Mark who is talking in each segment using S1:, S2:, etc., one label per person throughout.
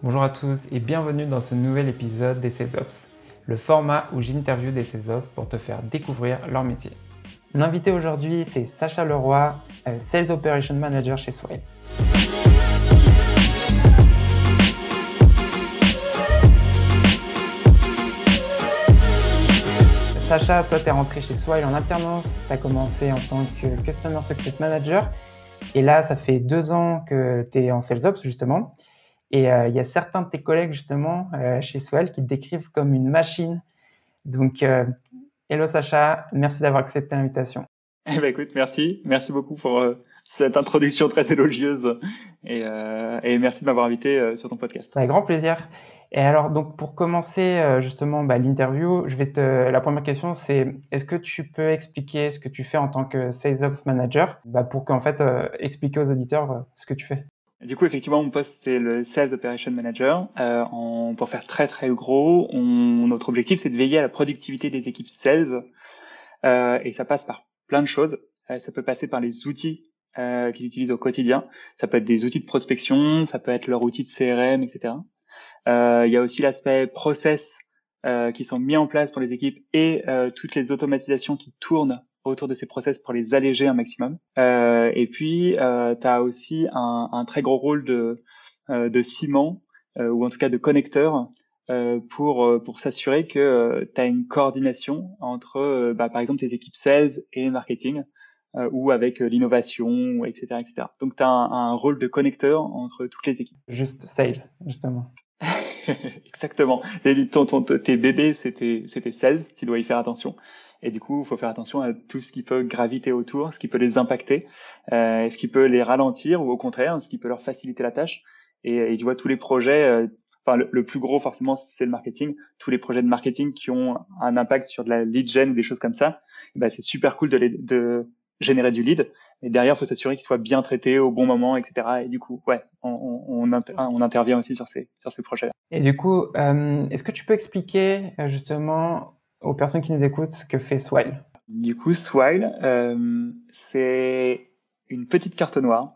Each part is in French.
S1: Bonjour à tous et bienvenue dans ce nouvel épisode des SalesOps, le format où j'interviewe des SalesOps pour te faire découvrir leur métier. L'invité aujourd'hui, c'est Sacha Leroy, Sales Operation Manager chez Swile. Sacha, toi, tu es rentré chez Swile en alternance, tu as commencé en tant que Customer Success Manager et là, ça fait 2 ans que tu es en SalesOps justement. Et il y a certains de tes collègues justement chez Swile qui te décrivent comme une machine. Donc, hello Sacha, merci d'avoir accepté l'invitation.
S2: Eh ben écoute, merci beaucoup pour cette introduction très élogieuse et merci de m'avoir invité sur ton podcast.
S1: Avec grand plaisir. Et alors, donc pour commencer justement l'interview, la première question c'est est-ce que tu peux expliquer ce que tu fais en tant que Sales Ops Manager pour qu'en fait expliquer aux auditeurs ce que tu fais.
S2: Du coup, effectivement, mon poste c'est le Sales Operation Manager. Pour faire très très gros, notre objectif c'est de veiller à la productivité des équipes sales et ça passe par plein de choses. Ça peut passer par les outils qu'ils utilisent au quotidien. Ça peut être des outils de prospection, ça peut être leur outil de CRM, etc. Il y a aussi l'aspect process qui sont mis en place pour les équipes et toutes les automatisations qui tournent autour de ces process pour les alléger un maximum. Et puis, tu as aussi un très gros rôle de ciment ou en tout cas de connecteur pour s'assurer que tu as une coordination entre, par exemple, tes équipes sales et marketing ou avec l'innovation, etc., etc. Donc, tu as un rôle de connecteur entre toutes les équipes.
S1: Juste sales, justement.
S2: Exactement. Tes bébés, c'était 16, tu dois y faire attention. Et du coup, il faut faire attention à tout ce qui peut graviter autour, ce qui peut les impacter, ce qui peut les ralentir ou au contraire, ce qui peut leur faciliter la tâche. Et tu vois, tous les projets, le plus gros forcément, c'est le marketing. Tous les projets de marketing qui ont un impact sur de la lead gen ou des choses comme ça, c'est super cool de générer du lead. Et derrière, il faut s'assurer qu'il soit bien traité au bon moment, etc. Et du coup, ouais, on intervient aussi sur ces projets.
S1: Et du coup, est-ce que tu peux expliquer justement aux personnes qui nous écoutent ce que fait Swile?
S2: Du coup, Swile, c'est une petite carte noire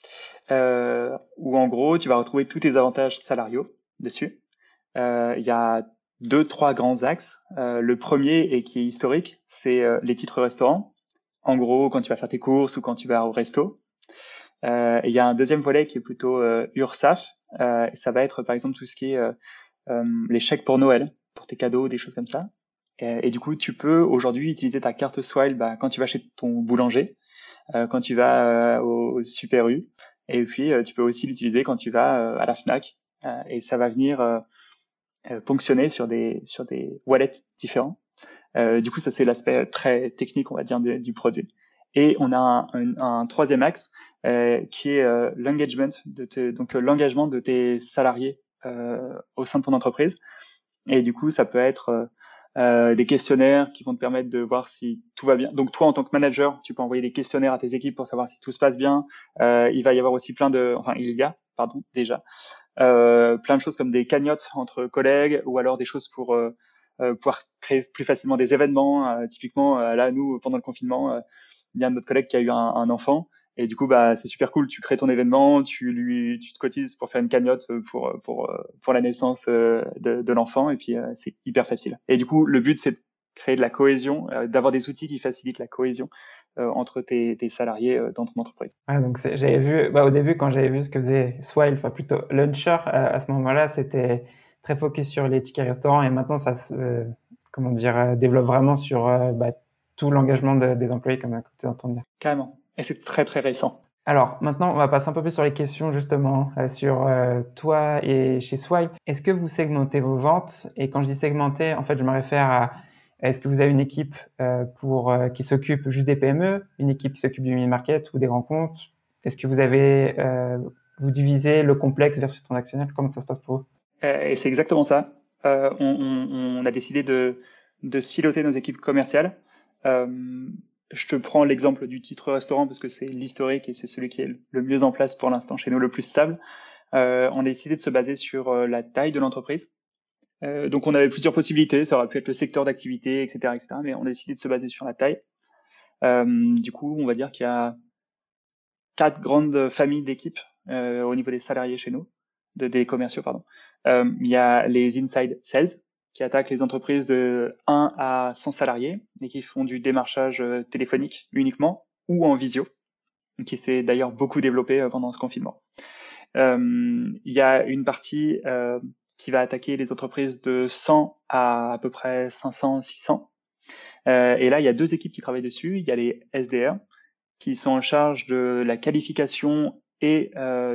S2: où en gros, tu vas retrouver tous tes avantages salariaux dessus. Il y a deux, trois grands axes. Le premier, et qui est historique, c'est les titres restaurants. En gros, quand tu vas faire tes courses ou quand tu vas au resto. Il y a un deuxième volet qui est plutôt URSAF. Ça va être par exemple tout ce qui est les chèques pour Noël, pour tes cadeaux, des choses comme ça. Et du coup, tu peux aujourd'hui utiliser ta carte Swile quand tu vas chez ton boulanger, quand tu vas au Super U, et puis tu peux aussi l'utiliser quand tu vas à la Fnac, et ça va venir ponctionner sur des wallets différents. Du coup, ça c'est l'aspect très technique, on va dire, du produit. Et on a un troisième axe qui est l'engagement donc l'engagement de tes salariés au sein de ton entreprise. Et du coup, ça peut être des questionnaires qui vont te permettre de voir si tout va bien. Donc toi, en tant que manager, tu peux envoyer des questionnaires à tes équipes pour savoir si tout se passe bien. Il va y avoir aussi déjà plein de choses comme des cagnottes entre collègues ou alors des choses pour pouvoir créer plus facilement des événements. Typiquement, là, nous, pendant le confinement, il y a un de notre collègue qui a eu un enfant. Et du coup, c'est super cool. Tu crées ton événement, tu te cotises pour faire une cagnotte pour la naissance de l'enfant. Et puis, c'est hyper facile. Et du coup, le but, c'est de créer de la cohésion, d'avoir des outils qui facilitent la cohésion entre tes salariés dans ton entreprise.
S1: Ah, donc j'avais vu, au début, quand j'avais vu ce que faisait Swile, enfin plutôt Launcher, à ce moment-là, c'était très focus sur les tickets restaurants et maintenant ça se, développe vraiment sur tout l'engagement des employés, comme tu entends dire.
S2: Carrément. Et c'est très, très récent.
S1: Alors maintenant, on va passer un peu plus sur les questions justement sur toi et chez Swile. Est-ce que vous segmentez vos ventes? Et quand je dis segmenter, en fait, je me réfère à est-ce que vous avez une équipe qui s'occupe juste des PME, une équipe qui s'occupe du mid-market ou des grands comptes? Est-ce que vous divisez le complexe versus transactionnel? Comment ça se passe pour vous?
S2: Et c'est exactement ça. On a décidé de siloter nos équipes commerciales. Je te prends l'exemple du titre restaurant parce que c'est l'historique et c'est celui qui est le mieux en place pour l'instant chez nous, le plus stable. On a décidé de se baser sur la taille de l'entreprise. Donc on avait plusieurs possibilités, ça aurait pu être le secteur d'activité, etc., etc., mais on a décidé de se baser sur la taille. Du coup, on va dire qu'il y a 4 grandes familles d'équipes au niveau des salariés chez nous. des commerciaux, pardon. Il y a les inside sales qui attaquent les entreprises de 1 à 100 salariés et qui font du démarchage téléphonique uniquement ou en visio, qui s'est d'ailleurs beaucoup développé pendant ce confinement. Il y a une partie qui va attaquer les entreprises de 100 à peu près 500, 600. Et là, il y a deux équipes qui travaillent dessus. Il y a les SDR qui sont en charge de la qualification et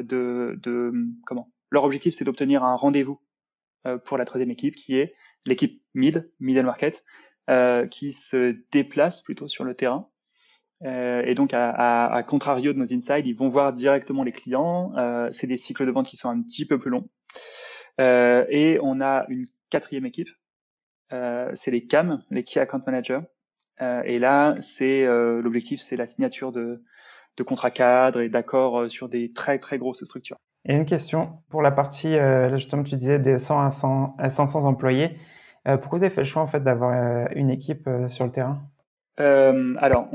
S2: comment. Leur objectif, c'est d'obtenir un rendez-vous pour la troisième équipe, qui est l'équipe middle market, qui se déplace plutôt sur le terrain. Et donc, à contrario de nos insides, ils vont voir directement les clients. C'est des cycles de vente qui sont un petit peu plus longs. Et on a une quatrième équipe, c'est les CAM, les Key Account Managers. Et là, l'objectif, c'est la signature de contrats cadres et d'accords sur des très très grosses structures.
S1: Et une question pour la partie, là justement tu disais de 100 à 500 employés. Pourquoi vous avez fait le choix en fait d'avoir une équipe sur le terrain?
S2: Alors,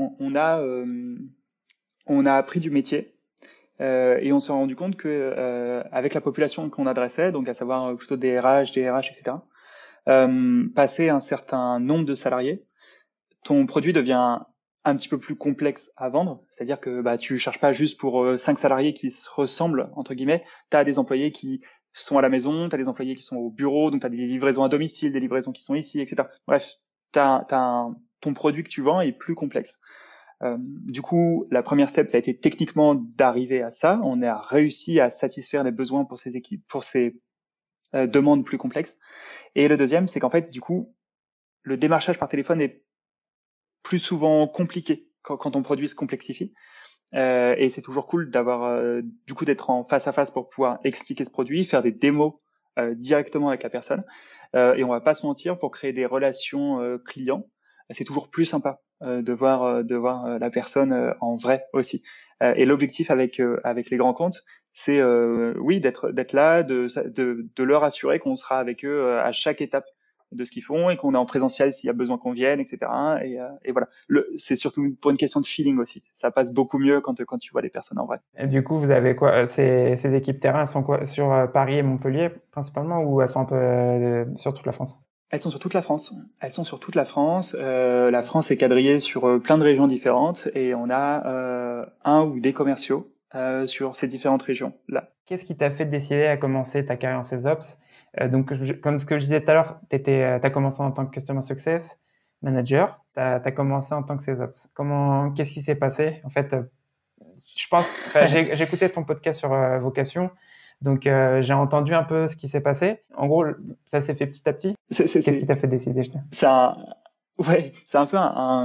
S2: on a appris du métier et on s'est rendu compte que avec la population qu'on adressait, donc à savoir plutôt des RH, etc., passer un certain nombre de salariés, ton produit devient un petit peu plus complexe à vendre. C'est-à-dire que tu cherches pas juste pour 5 salariés qui se ressemblent, entre guillemets. Tu as des employés qui sont à la maison, tu as des employés qui sont au bureau, donc tu as des livraisons à domicile, des livraisons qui sont ici, etc. Bref, ton produit que tu vends est plus complexe. Du coup, la première step, ça a été techniquement d'arriver à ça. On a réussi à satisfaire les besoins pour ces équipes, pour ces demandes plus complexes. Et le deuxième, c'est qu'en fait, du coup, le démarchage par téléphone est plus souvent compliqué quand ton produit se complexifie. Et c'est toujours cool d'avoir du coup d'être en face à face pour pouvoir expliquer ce produit, faire des démos directement avec la personne. Et on va pas se mentir, pour créer des relations clients, c'est toujours plus sympa de voir la personne en vrai aussi. Et l'objectif avec les grands comptes, c'est oui d'être là, de leur assurer qu'on sera avec eux à chaque étape de ce qu'ils font et qu'on est en présentiel s'il y a besoin qu'on vienne, etc. Et voilà. C'est surtout pour une question de feeling aussi. Ça passe beaucoup mieux quand tu vois les personnes en vrai.
S1: Et du coup, vous avez quoi? Ces équipes terrain, elles sont quoi? Sur Paris et Montpellier principalement, ou elles sont un peu sur toute la France?
S2: Elles sont sur toute la France. Elles sont sur toute la France. La France est quadrillée sur plein de régions différentes et on a un ou des commerciaux sur ces différentes régions-là.
S1: Qu'est-ce qui t'a fait décider à commencer ta carrière en SalesOps? Donc, comme ce que je disais tout à l'heure, t'as commencé en tant que Customer Success Manager, t'as commencé en tant que SalesOps. Qu'est-ce qui s'est passé? En fait, je pense, enfin, j'ai écouté ton podcast sur vocation, donc j'ai entendu un peu ce qui s'est passé. En gros, ça s'est fait petit à petit. Qu'est-ce qui t'a fait décider ça?
S2: C'est un peu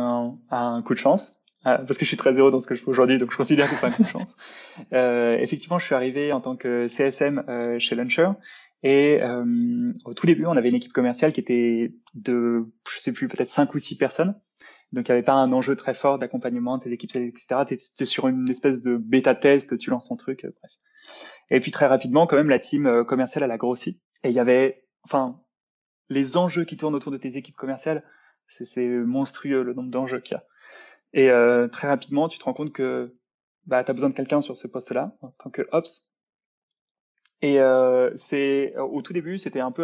S2: un coup de chance. Parce que je suis très heureux dans ce que je fais aujourd'hui, donc je considère que c'est un coup de chance. Effectivement, je suis arrivé en tant que CSM chez Launcher, et au tout début, on avait une équipe commerciale qui était de, je sais plus, peut-être 5 ou 6 personnes. Donc il n'y avait pas un enjeu très fort d'accompagnement de ces équipes, etc. T'es sur une espèce de bêta test, tu lances ton truc, bref. Et puis très rapidement, quand même, la team commerciale, elle a grossi. Et il y avait, enfin, les enjeux qui tournent autour de tes équipes commerciales, c'est monstrueux le nombre d'enjeux qu'il y a. Et très rapidement, tu te rends compte que tu as besoin de quelqu'un sur ce poste-là, en tant que Ops. Et au tout début, c'était un peu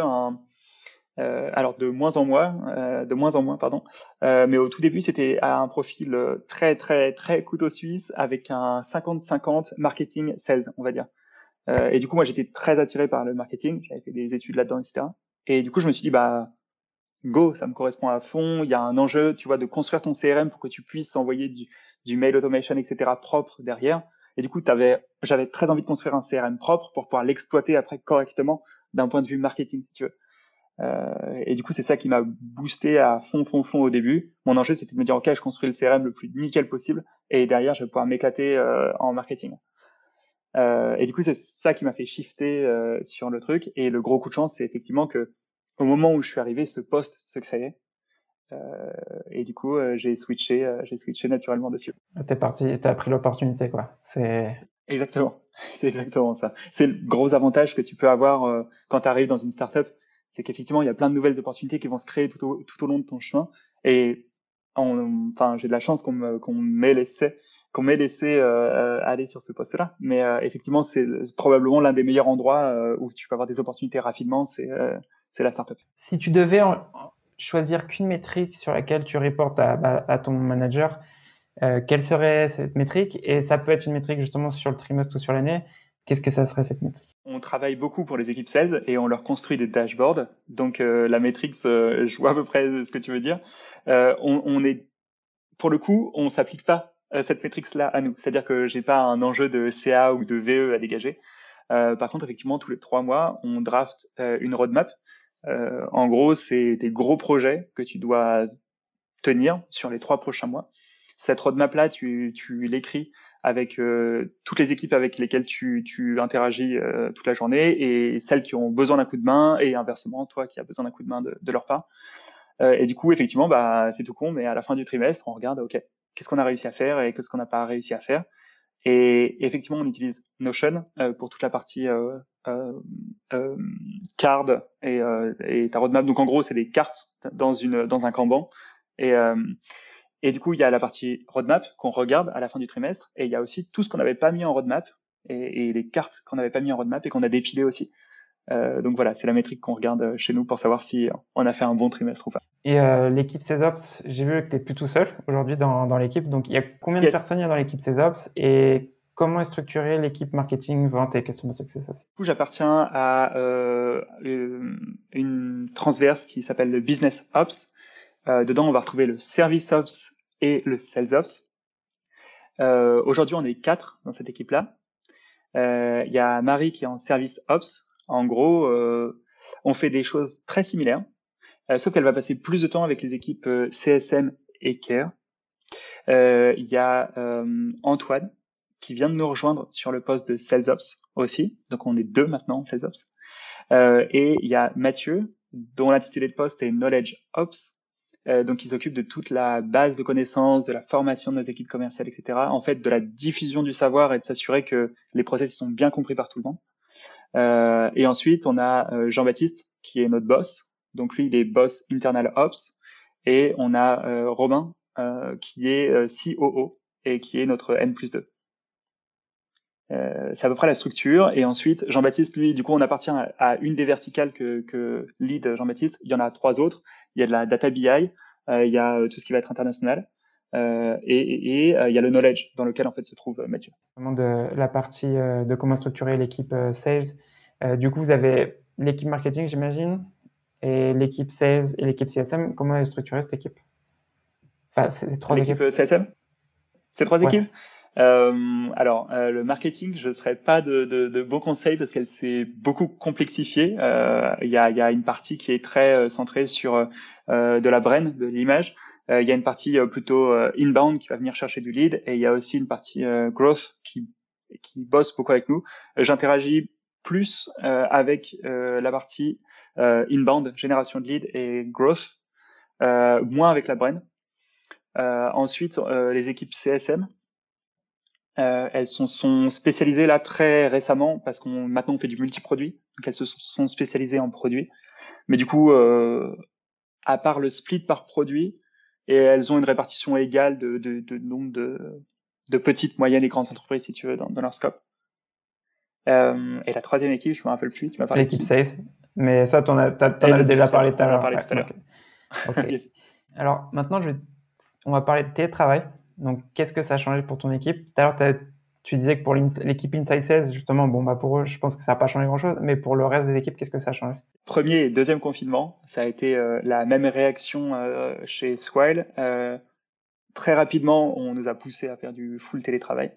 S2: alors de moins en moins, pardon. Mais au tout début, c'était à un profil très très très couteau suisse avec un 50-50 marketing sales, on va dire. Et du coup, moi, j'étais très attiré par le marketing. J'avais fait des études là-dedans, etc. Et du coup, je me suis dit, go, ça me correspond à fond. Il y a un enjeu, tu vois, de construire ton CRM pour que tu puisses envoyer du mail automation, etc. propre derrière. Et du coup, j'avais très envie de construire un CRM propre pour pouvoir l'exploiter après correctement d'un point de vue marketing, si tu veux. Et du coup, c'est ça qui m'a boosté à fond au début. Mon enjeu, c'était de me dire, OK, je construis le CRM le plus nickel possible et derrière, je vais pouvoir m'éclater en marketing. Et du coup, c'est ça qui m'a fait shifter sur le truc. Et le gros coup de chance, c'est effectivement que au moment où je suis arrivé, ce poste se créait. Et du coup, j'ai switché naturellement dessus.
S1: T'es parti, t'as pris l'opportunité, quoi.
S2: Exactement. C'est exactement ça. C'est le gros avantage que tu peux avoir quand tu arrives dans une startup, c'est qu'effectivement, il y a plein de nouvelles opportunités qui vont se créer tout au long de ton chemin. Et enfin, j'ai de la chance qu'on me met l'essai qu'on m'ait laissé aller sur ce poste-là. Mais effectivement, c'est probablement l'un des meilleurs endroits où tu peux avoir des opportunités rapidement, c'est la startup.
S1: Si tu devais choisir qu'une métrique sur laquelle tu reportes à ton manager, quelle serait cette métrique? Et ça peut être une métrique justement sur le trimestre ou sur l'année. Qu'est-ce que ça serait cette métrique?
S2: On travaille beaucoup pour les équipes sales et on leur construit des dashboards. Donc la métrique, je vois à peu près ce que tu veux dire. On est, pour le coup, on s'applique pas cette métrique-là à nous. C'est-à-dire que j'ai pas un enjeu de CA ou de VE à dégager. Par contre, effectivement, tous les 3 mois, on draft une roadmap. En gros, c'est des gros projets que tu dois tenir sur les 3 prochains mois. Cette roadmap-là, tu l'écris avec toutes les équipes avec lesquelles tu interagis toute la journée et celles qui ont besoin d'un coup de main et inversement, toi qui as besoin d'un coup de main de leur part. Et du coup, effectivement, bah, c'est tout con, mais à la fin du trimestre, on regarde, OK, qu'est-ce qu'on a réussi à faire et qu'est-ce qu'on n'a pas réussi à faire. Et effectivement, on utilise Notion pour toute la partie card et ta roadmap. Donc en gros, c'est des cartes dans un Kanban. Et, euh, et du coup, il y a la partie roadmap qu'on regarde à la fin du trimestre, et il y a aussi tout ce qu'on n'avait pas mis en roadmap et les cartes qu'on n'avait pas mis en roadmap et qu'on a dépilé aussi. Donc voilà, c'est la métrique qu'on regarde chez nous pour savoir si on a fait un bon trimestre ou pas.
S1: Et l'équipe CESOps, j'ai vu que tu n'es plus tout seul aujourd'hui dans l'équipe. Donc, il y a combien de
S2: Yes.
S1: personnes il y a dans l'équipe CESOps et comment est structurée l'équipe marketing, vente et customer success aussi?
S2: Du coup, j'appartiens à une transverse qui s'appelle le Business Ops. Dedans, on va retrouver le Service Ops et le Sales Ops. Aujourd'hui, on est 4 dans cette équipe-là. Il y a Marie qui est en Service Ops. En gros, on fait des choses très similaires, sauf qu'elle va passer plus de temps avec les équipes CSM et Care. Il y a Antoine qui vient de nous rejoindre sur le poste de Sales Ops aussi. Donc on est 2 maintenant en Sales Ops. Et il y a Mathieu, dont l'intitulé de poste est Knowledge Ops. Donc il s'occupe de toute la base de connaissances, de la formation de nos équipes commerciales, etc. En fait, de la diffusion du savoir et de s'assurer que les process sont bien compris par tout le monde. Et ensuite, on a Jean-Baptiste, qui est notre boss. Donc lui, il est boss internal ops. Et on a Romain, qui est COO et qui est notre N+2. C'est à peu près la structure. Et ensuite, Jean-Baptiste, lui, du coup, on appartient à une des verticales que lead Jean-Baptiste. Il y en a 3 autres. Il y a de la data BI, il y a tout ce qui va être international, et il y a le knowledge dans lequel en fait se trouve Mathieu.
S1: Vraiment de la partie de comment structurer l'équipe sales. Du coup, vous avez l'équipe marketing, j'imagine, et l'équipe sales et l'équipe CSM. Comment est structurée cette équipe? Enfin, c'est 3
S2: L'équipe
S1: équipes.
S2: CSM, c'est 3
S1: Ouais.
S2: équipes. Alors, le marketing, je ne serais pas de bons conseils parce qu'elle s'est beaucoup complexifiée. Il y a une partie qui est très centrée sur de la brand, de l'image. Il y a une partie plutôt inbound qui va venir chercher du lead, et il y a aussi une partie growth qui bosse beaucoup avec nous. J'interagis plus avec la partie inbound, génération de lead et growth, moins avec la brand. Ensuite, les équipes CSM, elles sont spécialisées là très récemment parce qu'on maintenant on fait du multi-produit, donc elles se sont spécialisées en produits. Mais du coup, à part le split par produit, et elles ont une répartition égale de nombre de petites, moyennes et grandes entreprises, si tu veux, dans leur scope. Et la troisième équipe, je me rappelle plus, tu m'as parlé de
S1: L'équipe
S2: qui?
S1: sales. Mais ça, t'en
S2: Et
S1: avais
S2: les
S1: déjà
S2: équipes sales,
S1: parlé tout
S2: on
S1: à
S2: en a
S1: l'heure.
S2: parlé tout à
S1: Ouais,
S2: l'heure.
S1: ok.
S2: Yes.
S1: Alors maintenant, on va parler de télétravail. Donc, qu'est-ce que ça a changé pour ton équipe? Tout à l'heure, tu disais que pour l'équipe Inside Sales, justement, bon, bah, pour eux, je pense que ça n'a pas changé grand-chose. Mais pour le reste des équipes, qu'est-ce que ça a changé?
S2: Premier et deuxième confinement, ça a été la même réaction chez Swile. Très rapidement, on nous a poussé à faire du full télétravail.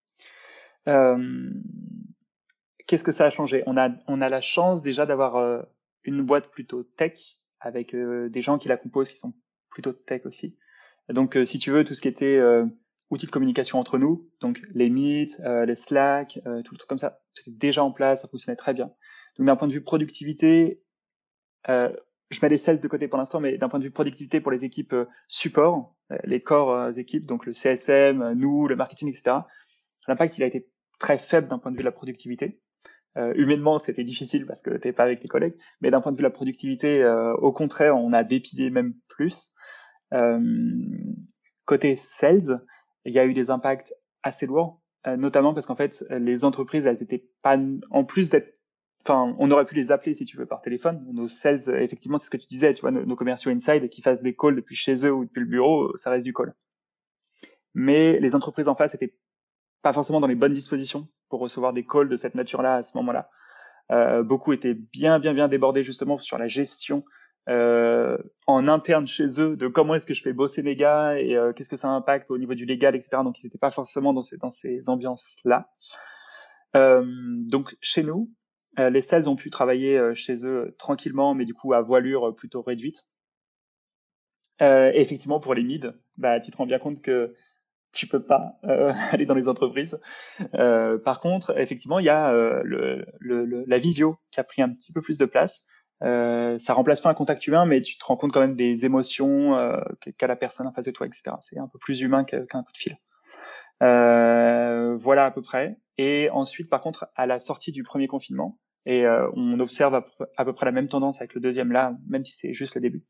S2: Qu'est-ce que ça a changé? On a la chance déjà d'avoir une boîte plutôt tech avec des gens qui la composent qui sont plutôt tech aussi. Donc, si tu veux, tout ce qui était outils de communication entre nous, donc les Meet, les Slack, tout le truc comme ça, c'était déjà en place, ça fonctionnait très bien. Donc, d'un point de vue productivité, je mets les sales de côté pour l'instant, mais d'un point de vue productivité pour les équipes support, les core équipes, donc le CSM, nous, le marketing, etc., l'impact, il a été très faible d'un point de vue de la productivité. Humainement, c'était difficile parce que t'es pas avec tes collègues, mais d'un point de vue de la productivité, au contraire, on a dépilé même plus. Côté sales, il y a eu des impacts assez lourd, notamment parce qu'en fait, les entreprises, elles étaient pas, en plus d'être, enfin, on aurait pu les appeler si tu veux par téléphone. Nos sales, effectivement, c'est ce que tu disais, tu vois, nos commerciaux inside qui fassent des calls depuis chez eux ou depuis le bureau, ça reste du call. Mais les entreprises en face étaient pas forcément dans les bonnes dispositions pour recevoir des calls de cette nature-là à ce moment-là. Beaucoup étaient bien débordés justement sur la gestion en interne chez eux de comment est-ce que je fais bosser les gars et qu'est-ce que ça impacte au niveau du légal, etc. Donc ils n'étaient pas forcément dans ces ambiances-là. Donc chez nous, les sales ont pu travailler chez eux tranquillement, mais du coup à voilure plutôt réduite. Et effectivement, pour les mids, bah, tu te rends bien compte que tu peux pas aller dans les entreprises. Par contre, effectivement, il y a la visio qui a pris un petit peu plus de place. Ça remplace pas un contact humain, mais tu te rends compte quand même des émotions qu'a la personne en face de toi, etc. C'est un peu plus humain qu'un coup de fil. Voilà à peu près. Et ensuite, par contre, à la sortie du premier confinement, et on observe à peu près la même tendance avec le deuxième là, même si c'est juste le début.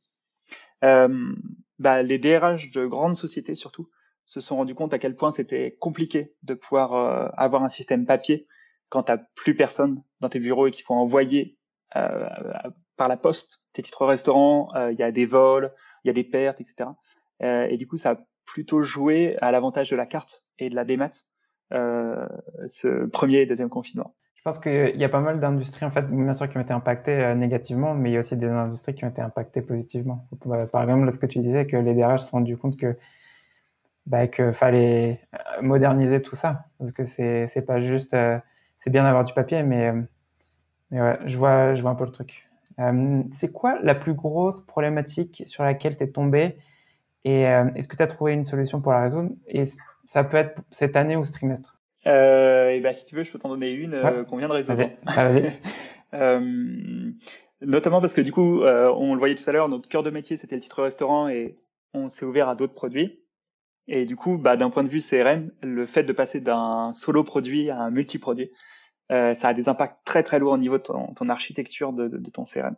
S2: Les DRH de grandes sociétés surtout se sont rendus compte à quel point c'était compliqué de pouvoir avoir un système papier quand t'as plus personne dans tes bureaux et qu'il faut envoyer euh, par la poste tes titres restaurants, il y a des vols, il y a des pertes, etc. Et du coup, ça a plutôt joué à l'avantage de la carte et de la démat ce premier et deuxième confinement.
S1: Je pense qu'il y a pas mal d'industries, en fait, bien sûr, qui ont été impactées négativement, mais il y a aussi des industries qui ont été impactées positivement. Par exemple, là, ce que tu disais, que les DRH se sont rendus compte que fallait moderniser tout ça, parce que c'est pas juste, c'est bien d'avoir du papier, mais ouais, je vois un peu le truc. C'est quoi la plus grosse problématique sur laquelle tu es tombé et est-ce que tu as trouvé une solution pour la résoudre? Et ça peut être cette année ou ce trimestre.
S2: Et ben, si tu veux, je peux t'en donner une
S1: Ouais,
S2: qu'on vient de résoudre.
S1: vas-y. Ah, vas-y.
S2: Notamment parce que du coup, on le voyait tout à l'heure, notre cœur de métier, c'était le titre restaurant et on s'est ouvert à d'autres produits. Et du coup, d'un point de vue CRM, le fait de passer d'un solo produit à un multi-produit, ça a des impacts très lourds au niveau de ton architecture de ton CRM.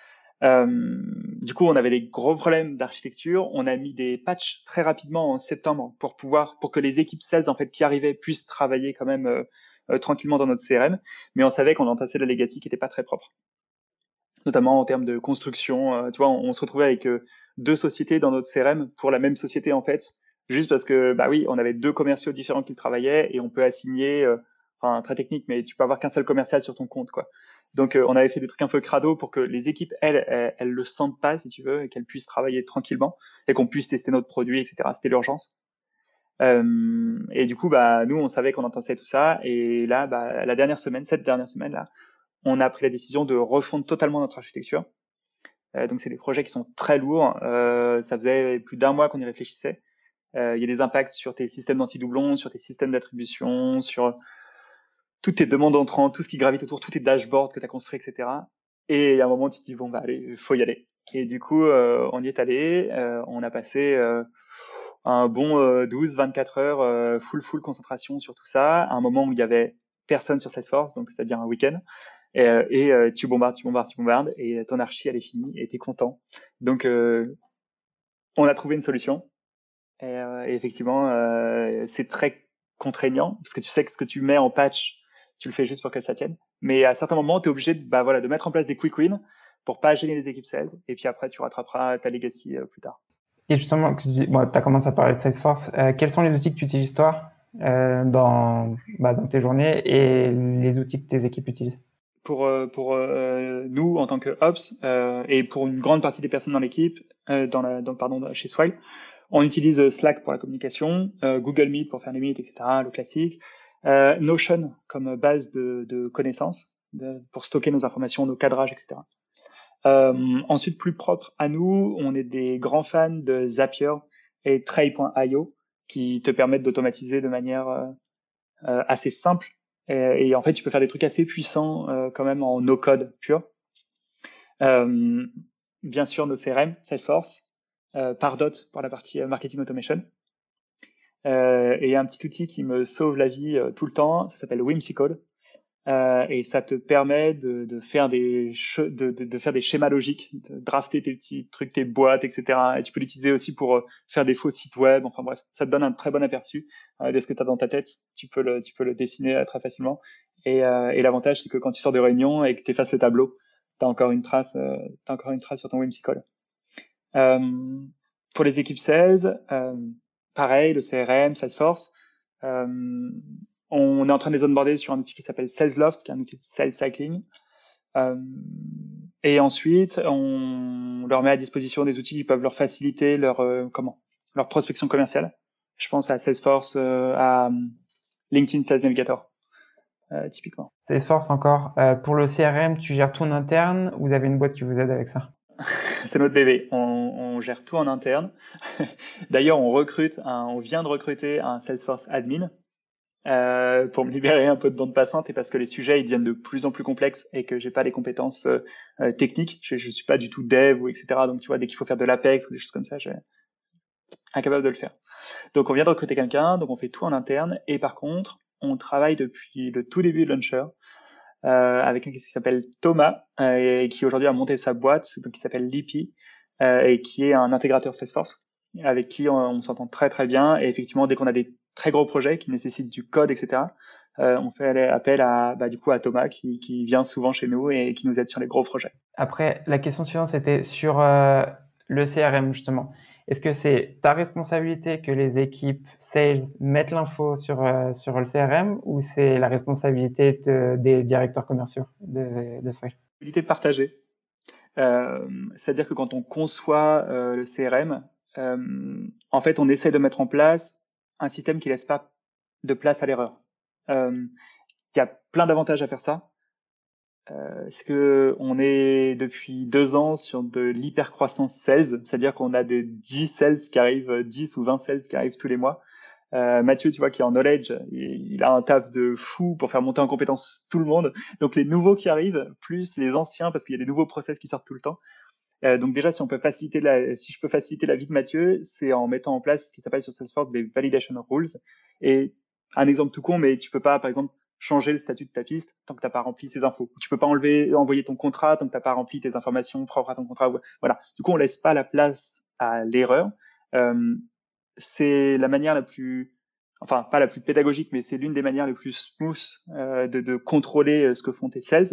S2: Du coup, on avait des gros problèmes d'architecture. On a mis des patchs très rapidement en septembre pour que les équipes sales en fait qui arrivaient puissent travailler quand même tranquillement dans notre CRM. Mais on savait qu'on entassait la legacy qui n'était pas très propre, notamment en termes de construction. Tu vois, on se retrouvait avec deux sociétés dans notre CRM pour la même société en fait, juste parce que bah oui, on avait deux commerciaux différents qui travaillaient et on peut assigner, enfin très technique, mais tu peux avoir qu'un seul commercial sur ton compte quoi. Donc on avait fait des trucs un peu crado pour que les équipes elles le sentent pas si tu veux et qu'elles puissent travailler tranquillement et qu'on puisse tester notre produit, etc. C'était l'urgence. Et du coup bah nous on savait qu'on entendait tout ça et là bah cette dernière semaine là on a pris la décision de refondre totalement notre architecture. Donc c'est des projets qui sont très lourds. Ça faisait plus d'un mois qu'on y réfléchissait. Il y a des impacts sur tes systèmes d'anti-doublons, sur tes systèmes d'attribution, sur toutes tes demandes entrantes, tout ce qui gravite autour, tous tes dashboards que tu as construits, etc. Et à un moment, tu te dis, bon, bah allez, il faut y aller. Et du coup, on y est allé. On a passé un bon 12-24 heures full concentration sur tout ça, à un moment où il y avait personne sur Salesforce, donc c'est-à-dire un week-end. Et tu bombardes, et ton archi, elle est finie, et t'es content. Donc, on a trouvé une solution. Et effectivement, c'est très contraignant, parce que tu sais que ce que tu mets en patch, tu le fais juste pour que ça tienne. Mais à certains moments, tu es obligé de mettre en place des quick wins pour pas gêner les équipes sales, et puis après, tu rattraperas ta legacy plus tard.
S1: Et justement, tu as commencé à parler de Salesforce. Quels sont les outils que tu utilises toi dans tes journées et les outils que tes équipes utilisent?
S2: Pour nous, en tant que Ops, et pour une grande partie des personnes dans l'équipe, chez Swile, on utilise Slack pour la communication, Google Meet pour faire les meets, etc., le classique, Notion comme base de connaissances pour stocker nos informations, nos cadrages, etc. Ensuite, plus propre à nous, on est des grands fans de Zapier et Tray.io qui te permettent d'automatiser de manière assez simple. Et en fait, tu peux faire des trucs assez puissants quand même en no-code pur. Bien sûr, nos CRM, Salesforce, Pardot pour la partie marketing automation. Et un petit outil qui me sauve la vie tout le temps, ça s'appelle Whimsical. et ça te permet de faire de faire des schémas logiques, de drafter tes petits trucs, tes boîtes, etc. Et tu peux l'utiliser aussi pour faire des faux sites web. Enfin bref, ça te donne un très bon aperçu de ce que tu as dans ta tête. Tu peux le dessiner très facilement. Et l'avantage, c'est que quand tu sors de réunion et que tu effaces le tableau, t'as encore une trace sur ton whimsical. Euh, pour les équipes sales, pareil, le CRM, Salesforce. Euh, on est en train de les onboarder sur un outil qui s'appelle Salesloft, qui est un outil de sales cycling. Euh, et ensuite, on leur met à disposition des outils qui peuvent leur faciliter leur prospection commerciale. Je pense à Salesforce, à LinkedIn Sales Navigator, typiquement.
S1: Salesforce encore. Pour le CRM, tu gères tout en interne ou vous avez une boîte qui vous aide avec ça?
S2: C'est notre bébé. On gère tout en interne. D'ailleurs, on vient de recruter un Salesforce admin pour me libérer un peu de bande passante et parce que les sujets ils deviennent de plus en plus complexes et que j'ai pas les compétences techniques. Je suis pas du tout dev ou etc. Donc tu vois, dès qu'il faut faire de l'Apex ou des choses comme ça, je suis incapable de le faire. Donc on vient de recruter quelqu'un, donc on fait tout en interne et par contre, on travaille depuis le tout début de Launcher avec quelqu'un qui s'appelle Thomas et qui aujourd'hui a monté sa boîte, donc qui s'appelle Lippy et qui est un intégrateur Salesforce avec qui on s'entend très très bien et effectivement dès qu'on a des très gros projets qui nécessitent du code etc. On fait appel à du coup à Thomas qui vient souvent chez nous et qui nous aide sur les gros projets.
S1: Après, la question suivante, c'était sur le CRM, justement. Est-ce que c'est ta responsabilité que les équipes sales mettent l'info sur le CRM ou c'est la responsabilité des directeurs commerciaux de Swile?
S2: Possibilité de partager. C'est-à-dire que quand on conçoit le CRM, en fait, on essaie de mettre en place un système qui laisse pas de place à l'erreur. Il y a plein d'avantages à faire ça. C'est que on est depuis 2 ans sur de l'hypercroissance sales, c'est-à-dire qu'on a des 10 sales qui arrivent, 10 ou 20 sales qui arrivent tous les mois. Mathieu, tu vois, qui est en knowledge, il a un taf de fou pour faire monter en compétence tout le monde. Donc les nouveaux qui arrivent, plus les anciens, parce qu'il y a des nouveaux process qui sortent tout le temps. Donc déjà, si je peux faciliter la vie de Mathieu, c'est en mettant en place ce qui s'appelle sur Salesforce des validation rules. Et un exemple tout con, mais tu peux pas, par exemple, changer le statut de ta piste tant que t'as pas rempli ces infos. Tu peux pas envoyer ton contrat tant que t'as pas rempli tes informations propres à ton contrat. Voilà. Du coup, on laisse pas la place à l'erreur. Euh, c'est la manière la plus, enfin pas la plus pédagogique, mais c'est l'une des manières les plus smooth de contrôler ce que font tes sales.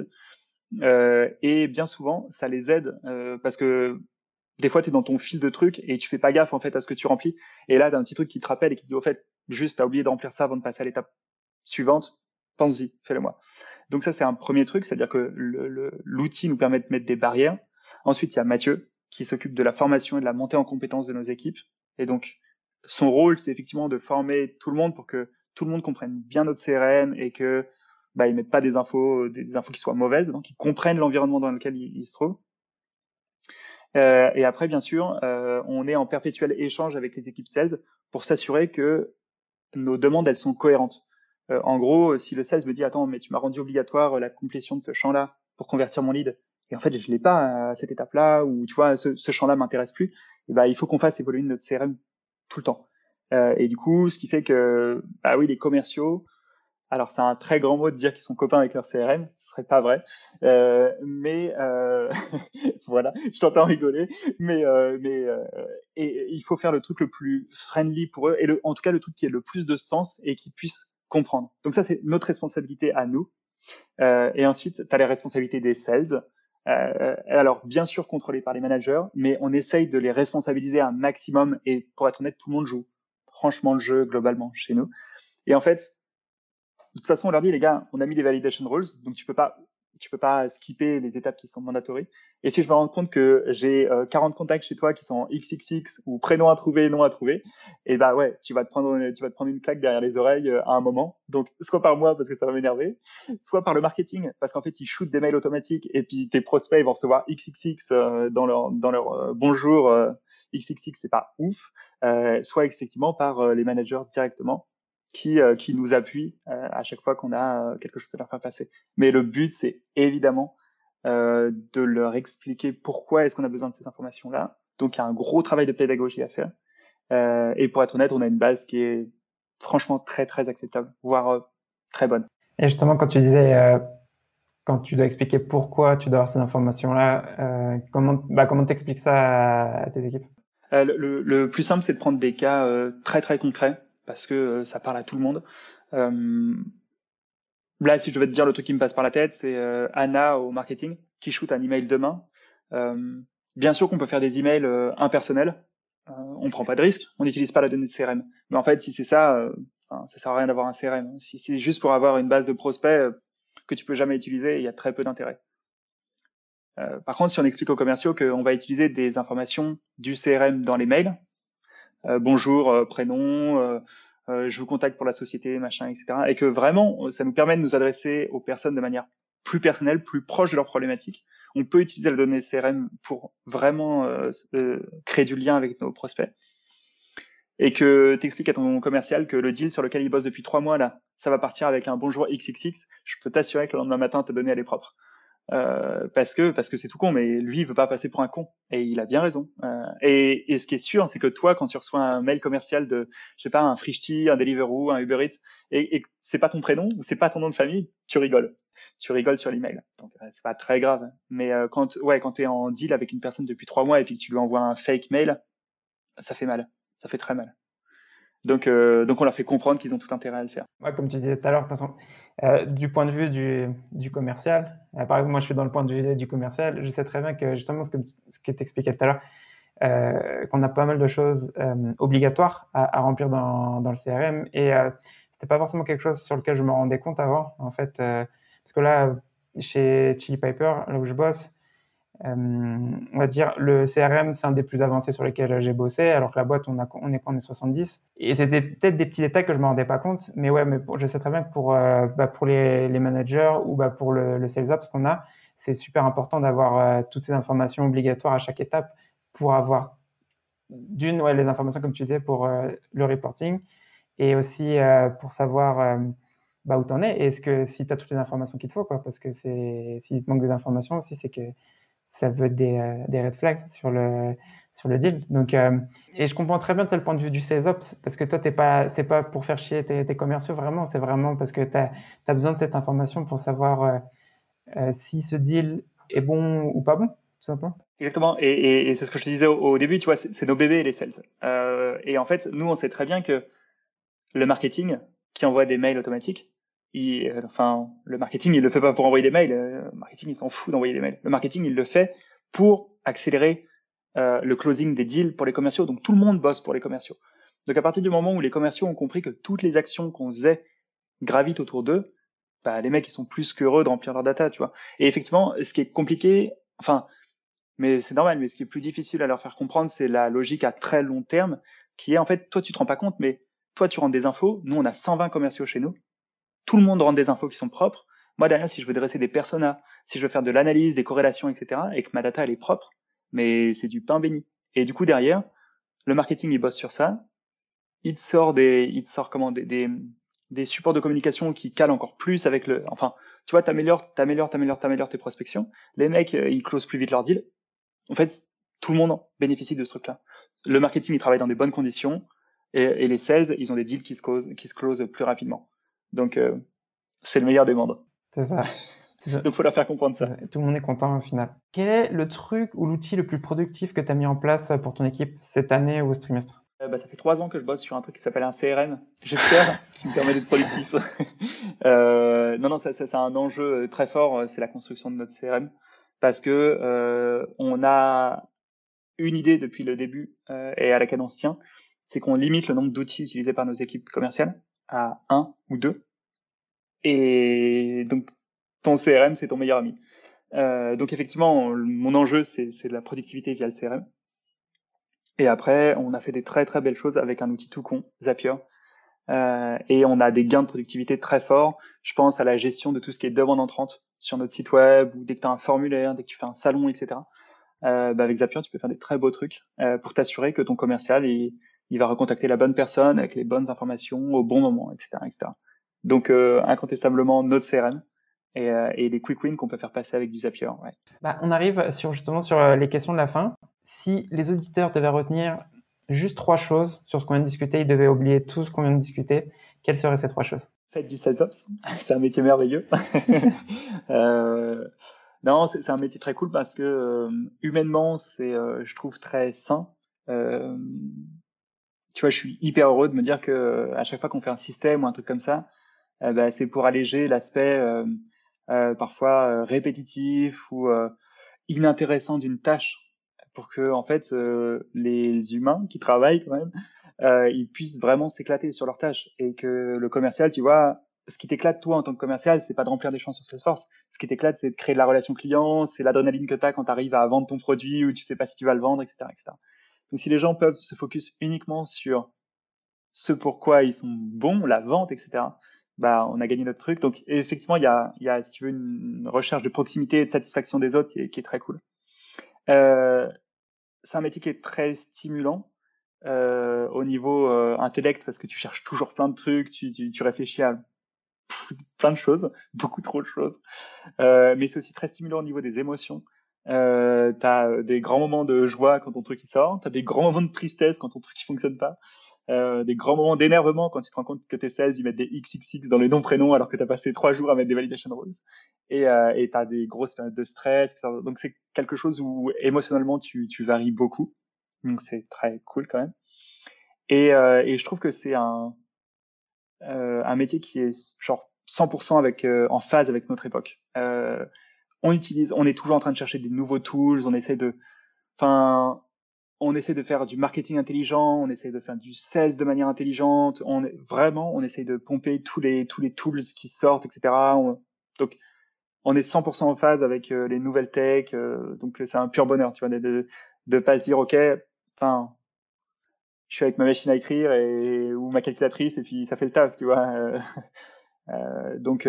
S2: Et bien souvent, ça les aide parce que des fois, tu es dans ton fil de trucs et tu fais pas gaffe en fait à ce que tu remplis. Et là, tu as un petit truc qui te rappelle et qui te dit au fait, juste, tu as oublié de remplir ça avant de passer à l'étape suivante. Pense-y, fais-le moi. Donc ça, c'est un premier truc, c'est-à-dire que l'outil nous permet de mettre des barrières. Ensuite, il y a Mathieu qui s'occupe de la formation et de la montée en compétences de nos équipes. Et donc, son rôle, c'est effectivement de former tout le monde pour que tout le monde comprenne bien notre CRM et que ils mettent pas des infos qui soient mauvaises, donc ils comprennent l'environnement dans lequel ils se trouvent. Et après, bien sûr, on est en perpétuel échange avec les équipes sales pour s'assurer que nos demandes, elles sont cohérentes. En gros, si le sales me dit, attends, mais tu m'as rendu obligatoire la complétion de ce champ-là pour convertir mon lead, et en fait, je l'ai pas à cette étape-là, ou tu vois, ce champ-là m'intéresse plus, et il faut qu'on fasse évoluer notre CRM tout le temps. Et du coup, ce qui fait que, oui, les commerciaux, alors, c'est un très grand mot de dire qu'ils sont copains avec leur CRM, ce serait pas vrai. Mais voilà, je t'entends rigoler. Et il faut faire le truc le plus friendly pour eux et en tout cas le truc qui ait le plus de sens et qu'ils puissent comprendre. Donc ça, c'est notre responsabilité à nous. Et ensuite, tu as les responsabilités des sales. Alors, bien sûr, contrôlées par les managers, mais on essaye de les responsabiliser un maximum. Et pour être honnête, tout le monde joue franchement le jeu globalement chez nous. Et en fait, de toute façon, on leur dit, les gars, on a mis des validation rules, donc tu peux pas skipper les étapes qui sont mandatory. Et si je me rends compte que j'ai 40 contacts chez toi qui sont XXX ou prénom à trouver, nom à trouver, et ouais, tu vas te prendre une claque derrière les oreilles à un moment. Donc, soit par moi parce que ça va m'énerver, soit par le marketing parce qu'en fait, ils shootent des mails automatiques et puis tes prospects vont recevoir XXX dans leur bonjour XXX, c'est pas ouf. Soit effectivement par les managers directement qui nous appuient à chaque fois qu'on a quelque chose à leur faire passer. Mais le but, c'est évidemment de leur expliquer pourquoi est-ce qu'on a besoin de ces informations-là. Donc, il y a un gros travail de pédagogie à faire. Et pour être honnête, on a une base qui est franchement très, très acceptable, voire très bonne.
S1: Et justement, quand tu disais, quand tu dois expliquer pourquoi tu dois avoir ces informations-là, comment t'expliques ça à tes équipes?
S2: Le plus simple, c'est de prendre des cas très très concrets parce que ça parle à tout le monde. Euh, Là, si je devais te dire le truc qui me passe par la tête, c'est Anna au marketing qui shoot un email demain. Euh, Bien sûr qu'on peut faire des emails impersonnels. On prend pas de risque, on n'utilise pas la donnée de CRM. Mais en fait, si c'est ça, enfin, ça sert à rien d'avoir un CRM. Si c'est juste pour avoir une base de prospects que tu peux jamais utiliser, il y a très peu d'intérêt. Par contre, si on explique aux commerciaux qu'on va utiliser des informations du CRM dans les mails, bonjour, prénom, je vous contacte pour la société, machin, etc. Et que vraiment, ça nous permet de nous adresser aux personnes de manière plus personnelle, plus proche de leurs problématiques. On peut utiliser la donnée CRM pour vraiment créer du lien avec nos prospects. Et que t'expliques à ton commercial que le deal sur lequel il bosse depuis 3 mois, là, ça va partir avec un bonjour XXX, je peux t'assurer que le lendemain matin, ta donnée, elle est propre. Parce que c'est tout con, mais lui il veut pas passer pour un con et il a bien raison. Et ce qui est sûr, c'est que toi, quand tu reçois un mail commercial de, je sais pas, un Frishti, un Deliveroo, un Uber Eats, et que c'est pas ton prénom ou c'est pas ton nom de famille, tu rigoles sur l'email. Donc c'est pas très grave. Mais quand t'es en deal avec une personne depuis 3 mois et puis que tu lui envoies un fake mail, ça fait mal, ça fait très mal. Donc on leur fait comprendre qu'ils ont tout intérêt à le faire.
S1: Ouais, comme tu disais tout à l'heure, de toute façon, du point de vue du commercial, par exemple, moi je suis dans le point de vue du commercial, je sais très bien que justement ce que tu expliquais tout à l'heure, qu'on a pas mal de choses obligatoires à remplir dans le CRM et c'était pas forcément quelque chose sur lequel je me rendais compte avant, en fait, parce que là, chez Chili Piper, là où je bosse, on va dire le CRM, c'est un des plus avancés sur lesquels j'ai bossé, alors que la boîte, on est 70. Et c'était peut-être des petits détails que je me rendais pas compte, mais ouais, mais je sais très bien que pour les managers ou pour le sales ops qu'on a, c'est super important d'avoir toutes ces informations obligatoires à chaque étape pour avoir ouais, les informations, comme tu disais, pour le reporting et aussi pour savoir où tu en es. Et est-ce que si tu as toutes les informations qu'il te faut, quoi, parce que s'il te manque des informations aussi, c'est que ça peut être des red flags sur le deal. Donc, et je comprends très bien le point de vue du sales ops, parce que toi, c'est pas pour faire chier tes commerciaux, vraiment, c'est vraiment parce que tu as besoin de cette information pour savoir si ce deal est bon ou pas bon, tout simplement.
S2: Exactement, et c'est ce que je te disais au début, tu vois, c'est nos bébés les sales. Et en fait, nous, on sait très bien que le marketing qui envoie des mails automatiques, le marketing, il le fait pas pour envoyer des mails. Le marketing, il s'en fout d'envoyer des mails. Le marketing, il le fait pour accélérer le closing des deals pour les commerciaux. Donc tout le monde bosse pour les commerciaux. Donc à partir du moment où les commerciaux ont compris que toutes les actions qu'on faisait gravitent autour d'eux, bah, les mecs, ils sont plus qu'heureux de remplir leur data, tu vois. Et effectivement, ce qui est compliqué, enfin, mais c'est normal, mais ce qui est plus difficile à leur faire comprendre, c'est la logique à très long terme, qui est en fait, toi tu te rends pas compte, mais toi tu rentres des infos, nous on a 120 commerciaux chez nous, tout le monde rentre des infos qui sont propres. Moi derrière, si je veux dresser des personas, si je veux faire de l'analyse, des corrélations, etc., et que ma data elle est propre, mais c'est du pain béni. Et du coup derrière, le marketing il bosse sur ça, il te sort comment des supports de communication qui calent encore plus avec le, enfin, tu vois, t'améliores tes prospections. Les mecs, ils closent plus vite leur deal. En fait, tout le monde bénéficie de ce truc-là. Le marketing, il travaille dans des bonnes conditions et les sales, ils ont des deals qui se closent plus rapidement. Donc, c'est le meilleur des mondes.
S1: C'est ça.
S2: Donc, faut leur faire comprendre ça.
S1: Tout le monde est content au final. Quel est le truc ou l'outil le plus productif que tu as mis en place pour ton équipe cette année ou ce trimestre?
S2: Ça fait 3 ans que je bosse sur un truc qui s'appelle un CRM, j'espère, qui me permet d'être productif. Non, ça c'est un enjeu très fort, c'est la construction de notre CRM, parce que on a une idée depuis le début et à laquelle on se tient, c'est qu'on limite le nombre d'outils utilisés par nos équipes commerciales à un ou deux. Et donc, ton CRM, c'est ton meilleur ami. Donc, effectivement, mon enjeu, c'est de la productivité via le CRM. Et après, on a fait des très très belles choses avec un outil tout con, Zapier. Et on a des gains de productivité très forts. Je pense à la gestion de tout ce qui est demande entrante sur notre site web, ou dès que tu as un formulaire, dès que tu fais un salon, etc. Avec Zapier, tu peux faire des très beaux trucs pour t'assurer que ton commercial, il va recontacter la bonne personne avec les bonnes informations au bon moment, etc. etc. Donc, incontestablement, notre CRM et les quick wins qu'on peut faire passer avec du Zapier. Ouais.
S1: On arrive justement sur les questions de la fin. Si les auditeurs devaient retenir juste 3 choses sur ce qu'on vient de discuter, ils devaient oublier tout ce qu'on vient de discuter, quelles seraient ces 3 choses?
S2: Faites du SalesOps, c'est un métier merveilleux. Euh, non, c'est un métier très cool parce que humainement, je trouve très sain. Euh, Tu vois, je suis hyper heureux de me dire que à chaque fois qu'on fait un système ou un truc comme ça, bah, c'est pour alléger l'aspect parfois répétitif ou inintéressant d'une tâche, pour que en fait les humains qui travaillent quand même, ils puissent vraiment s'éclater sur leur tâche et que le commercial, tu vois, ce qui t'éclate toi en tant que commercial, c'est pas de remplir des champs sur Salesforce. Ce qui t'éclate, c'est de créer de la relation client, c'est l'adrénaline que t'as quand t'arrives à vendre ton produit ou tu sais pas si tu vas le vendre, etc., etc. Donc si les gens peuvent se focus uniquement sur ce pourquoi ils sont bons, la vente, etc., bah, on a gagné notre truc. Donc, effectivement, si tu veux, une recherche de proximité et de satisfaction des autres qui est très cool. Euh, c'est un métier qui est très stimulant au niveau intellect parce que tu cherches toujours plein de trucs, tu réfléchis à plein de choses, beaucoup trop de choses. Mais c'est aussi très stimulant au niveau des émotions. T'as des grands moments de joie quand ton truc il sort, t'as des grands moments de tristesse quand ton truc il fonctionne pas, des grands moments d'énervement quand tu te rends compte que tes sales ils mettent des XXX dans les noms prénoms alors que t'as passé 3 jours à mettre des validation rules, et t'as des grosses périodes de stress, etc. Donc c'est quelque chose où émotionnellement tu varies beaucoup, donc c'est très cool quand même. Et je trouve que c'est un métier qui est genre 100% en phase avec notre époque. On est toujours en train de chercher des nouveaux tools, enfin, on essaie de faire du marketing intelligent, on essaie de faire du sales de manière intelligente, on essaie de pomper tous les tools qui sortent, etc. Donc, on est 100% en phase avec les nouvelles tech, donc c'est un pur bonheur, tu vois, de pas se dire, ok, enfin, je suis avec ma machine à écrire ou ma calculatrice et puis ça fait le taf, tu vois. Donc,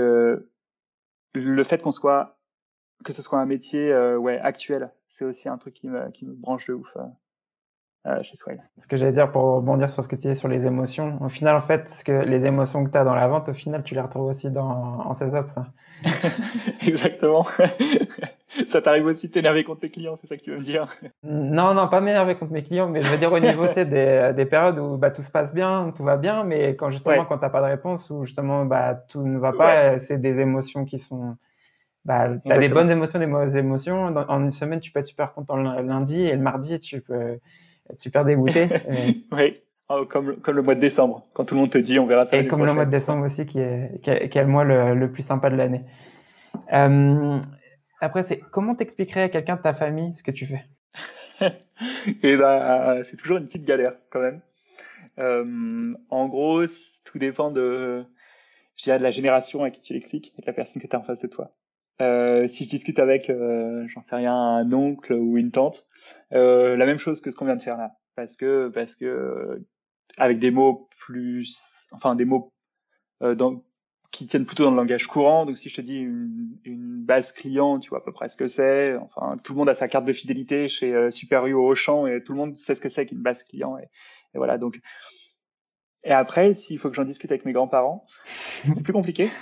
S2: le fait que ce soit un métier ouais, actuel, c'est aussi un truc qui me branche de ouf chez Swile.
S1: Ce que j'allais dire pour rebondir sur ce que tu disais sur les émotions, au final, en fait, les émotions que tu as dans la vente, au final, tu les retrouves aussi en SalesOps. Hein.
S2: Exactement. Ça t'arrive aussi de t'énerver contre tes clients, c'est ça que tu veux me dire?
S1: Non, non, pas m'énerver contre mes clients, mais je veux dire au niveau des périodes où bah, tout se passe bien, tout va bien, mais quand justement,
S2: Ouais,
S1: quand tu n'as pas de réponse ou justement bah, tout ne va
S2: ouais,
S1: pas, c'est des émotions qui sont. Bah, tu as des bonnes
S2: exactement.
S1: émotions, des mauvaises émotions. En une semaine, tu peux être super content le lundi et le mardi, tu peux être super dégoûté.
S2: Ouais. Oh, comme le mois de décembre, quand tout le monde te dit on verra ça
S1: Et
S2: l'année
S1: comme le mois de
S2: prochaine.
S1: décembre aussi, qui est le mois le plus sympa de l'année. Euh, Après, c'est comment t'expliquerais à quelqu'un de ta famille ce que tu fais?
S2: Et bah, c'est toujours une petite galère quand même. En gros, tout dépend je dirais, de la génération à qui tu l'expliques et de la personne que tu as en face de toi. Si je discute avec, j'en sais rien, un oncle ou une tante, la même chose que ce qu'on vient de faire là, parce que avec des mots enfin des mots qui tiennent plutôt dans le langage courant. Donc si je te dis une base client, tu vois à peu près ce que c'est. Enfin, tout le monde a sa carte de fidélité chez Super U ou Auchan et tout le monde sait ce que c'est qu'une base client. Et voilà. Donc, et après, s'il faut que j'en discute avec mes grands-parents, c'est plus compliqué.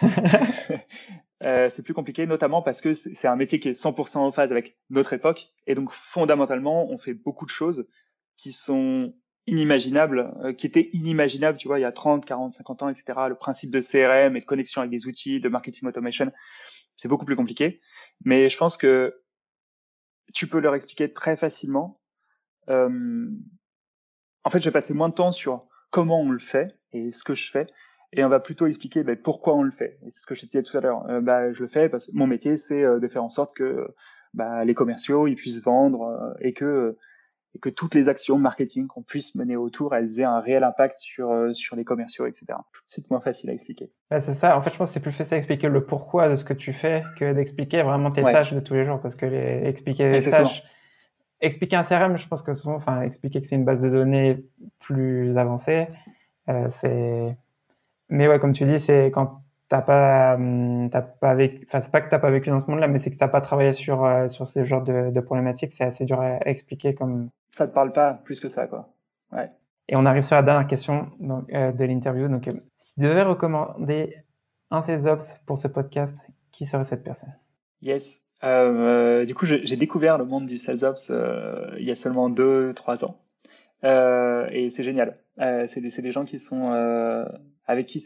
S2: C'est plus compliqué, notamment parce que c'est un métier qui est 100% en phase avec notre époque. Et donc, fondamentalement, on fait beaucoup de choses qui sont inimaginables, qui étaient inimaginables, tu vois, il y a 30, 40, 50 ans, etc. Le principe de CRM et de connexion avec des outils, de marketing automation, c'est beaucoup plus compliqué. Mais je pense que tu peux leur expliquer très facilement. Euh, En fait, je vais passer moins de temps sur comment on le fait et ce que je fais, et on va plutôt expliquer pourquoi on le fait. Et c'est ce que je te disais tout à l'heure. Je le fais parce que mon métier, c'est de faire en sorte que les commerciaux ils puissent vendre et que toutes les actions marketing qu'on puisse mener autour, elles aient un réel impact sur les commerciaux, etc. Tout de suite moins facile à expliquer.
S1: Ouais, c'est ça. En fait, je pense que c'est plus facile d'expliquer le pourquoi de ce que tu fais que d'expliquer vraiment tes
S2: Ouais,
S1: tâches de tous les jours. Parce que expliquer les tâches,
S2: exactement.
S1: expliquer un CRM, je pense que souvent, enfin, expliquer que c'est une base de données plus avancée, c'est. Mais ouais, comme tu dis, c'est quand t'as pas vécu, enfin, c'est pas que t'as pas vécu dans ce monde-là, mais c'est que t'as pas travaillé sur ces genres de problématiques. C'est assez dur à expliquer comme.
S2: Ça te parle pas plus que ça, quoi. Ouais.
S1: Et on arrive sur la dernière question donc, de l'interview. Donc, si tu devais recommander un sales ops pour ce podcast, qui serait cette personne?
S2: Yes. Du coup, j'ai découvert le monde du sales ops il y a seulement 2, 3 ans. Et c'est génial. C'est des gens qui sont avec qui c'est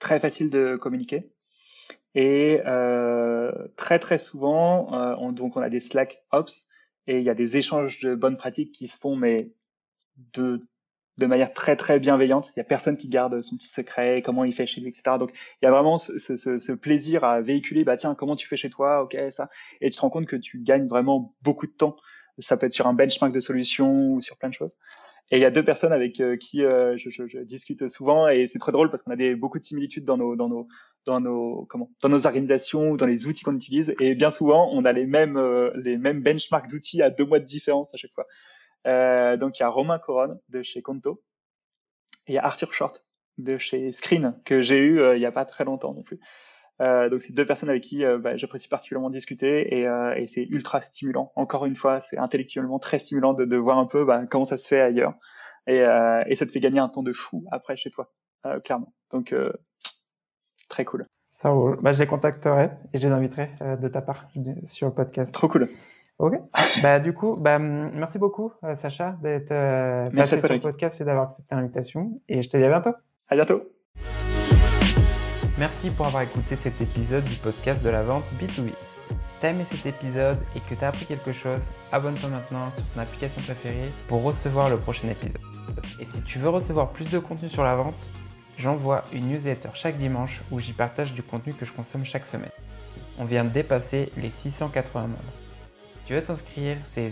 S2: très facile de communiquer. Et très très souvent, donc on a des Slack Ops et il y a des échanges de bonnes pratiques qui se font, mais de manière très très bienveillante. Il y a personne qui garde son petit secret, comment il fait chez lui, etc. Donc il y a vraiment ce plaisir à véhiculer, bah tiens, comment tu fais chez toi, ok, ça. Et tu te rends compte que tu gagnes vraiment beaucoup de temps. Ça peut être sur un benchmark de solutions ou sur plein de choses. Et il y a deux personnes avec qui je discute souvent et c'est très drôle parce qu'on a beaucoup de similitudes dans nos organisations ou dans les outils qu'on utilise et bien souvent on a les mêmes benchmarks d'outils à 2 mois de différence à chaque fois. Donc il y a Romain Coronne de chez Conto et il y a Arthur Short de chez Screen que j'ai eu il y a pas très longtemps non plus. Donc c'est deux personnes avec qui j'apprécie particulièrement discuter et c'est ultra stimulant. Encore une fois, c'est intellectuellement très stimulant de voir un peu comment ça se fait ailleurs et ça te fait gagner un temps de fou après chez toi, clairement. Donc très cool.
S1: Ça roule. Je les contacterai et je les inviterai de ta part sur le podcast.
S2: Trop cool.
S1: Ok. Du coup, merci beaucoup Sacha d'être
S2: Merci à
S1: passé
S2: toi,
S1: sur le
S2: Jacques.
S1: podcast et d'avoir accepté l'invitation. Et je te dis à bientôt.
S2: À bientôt.
S1: Merci pour avoir écouté cet épisode du podcast de la vente B2B. Si t'as aimé cet épisode et que t'as appris quelque chose, abonne-toi maintenant sur ton application préférée pour recevoir le prochain épisode. Et si tu veux recevoir plus de contenu sur la vente, j'envoie une newsletter chaque dimanche où j'y partage du contenu que je consomme chaque semaine. On vient de dépasser les 680 membres. Si tu veux t'inscrire, c'est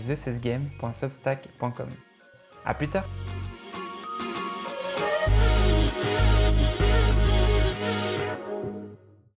S1: thesesgame.substack.com. À plus tard!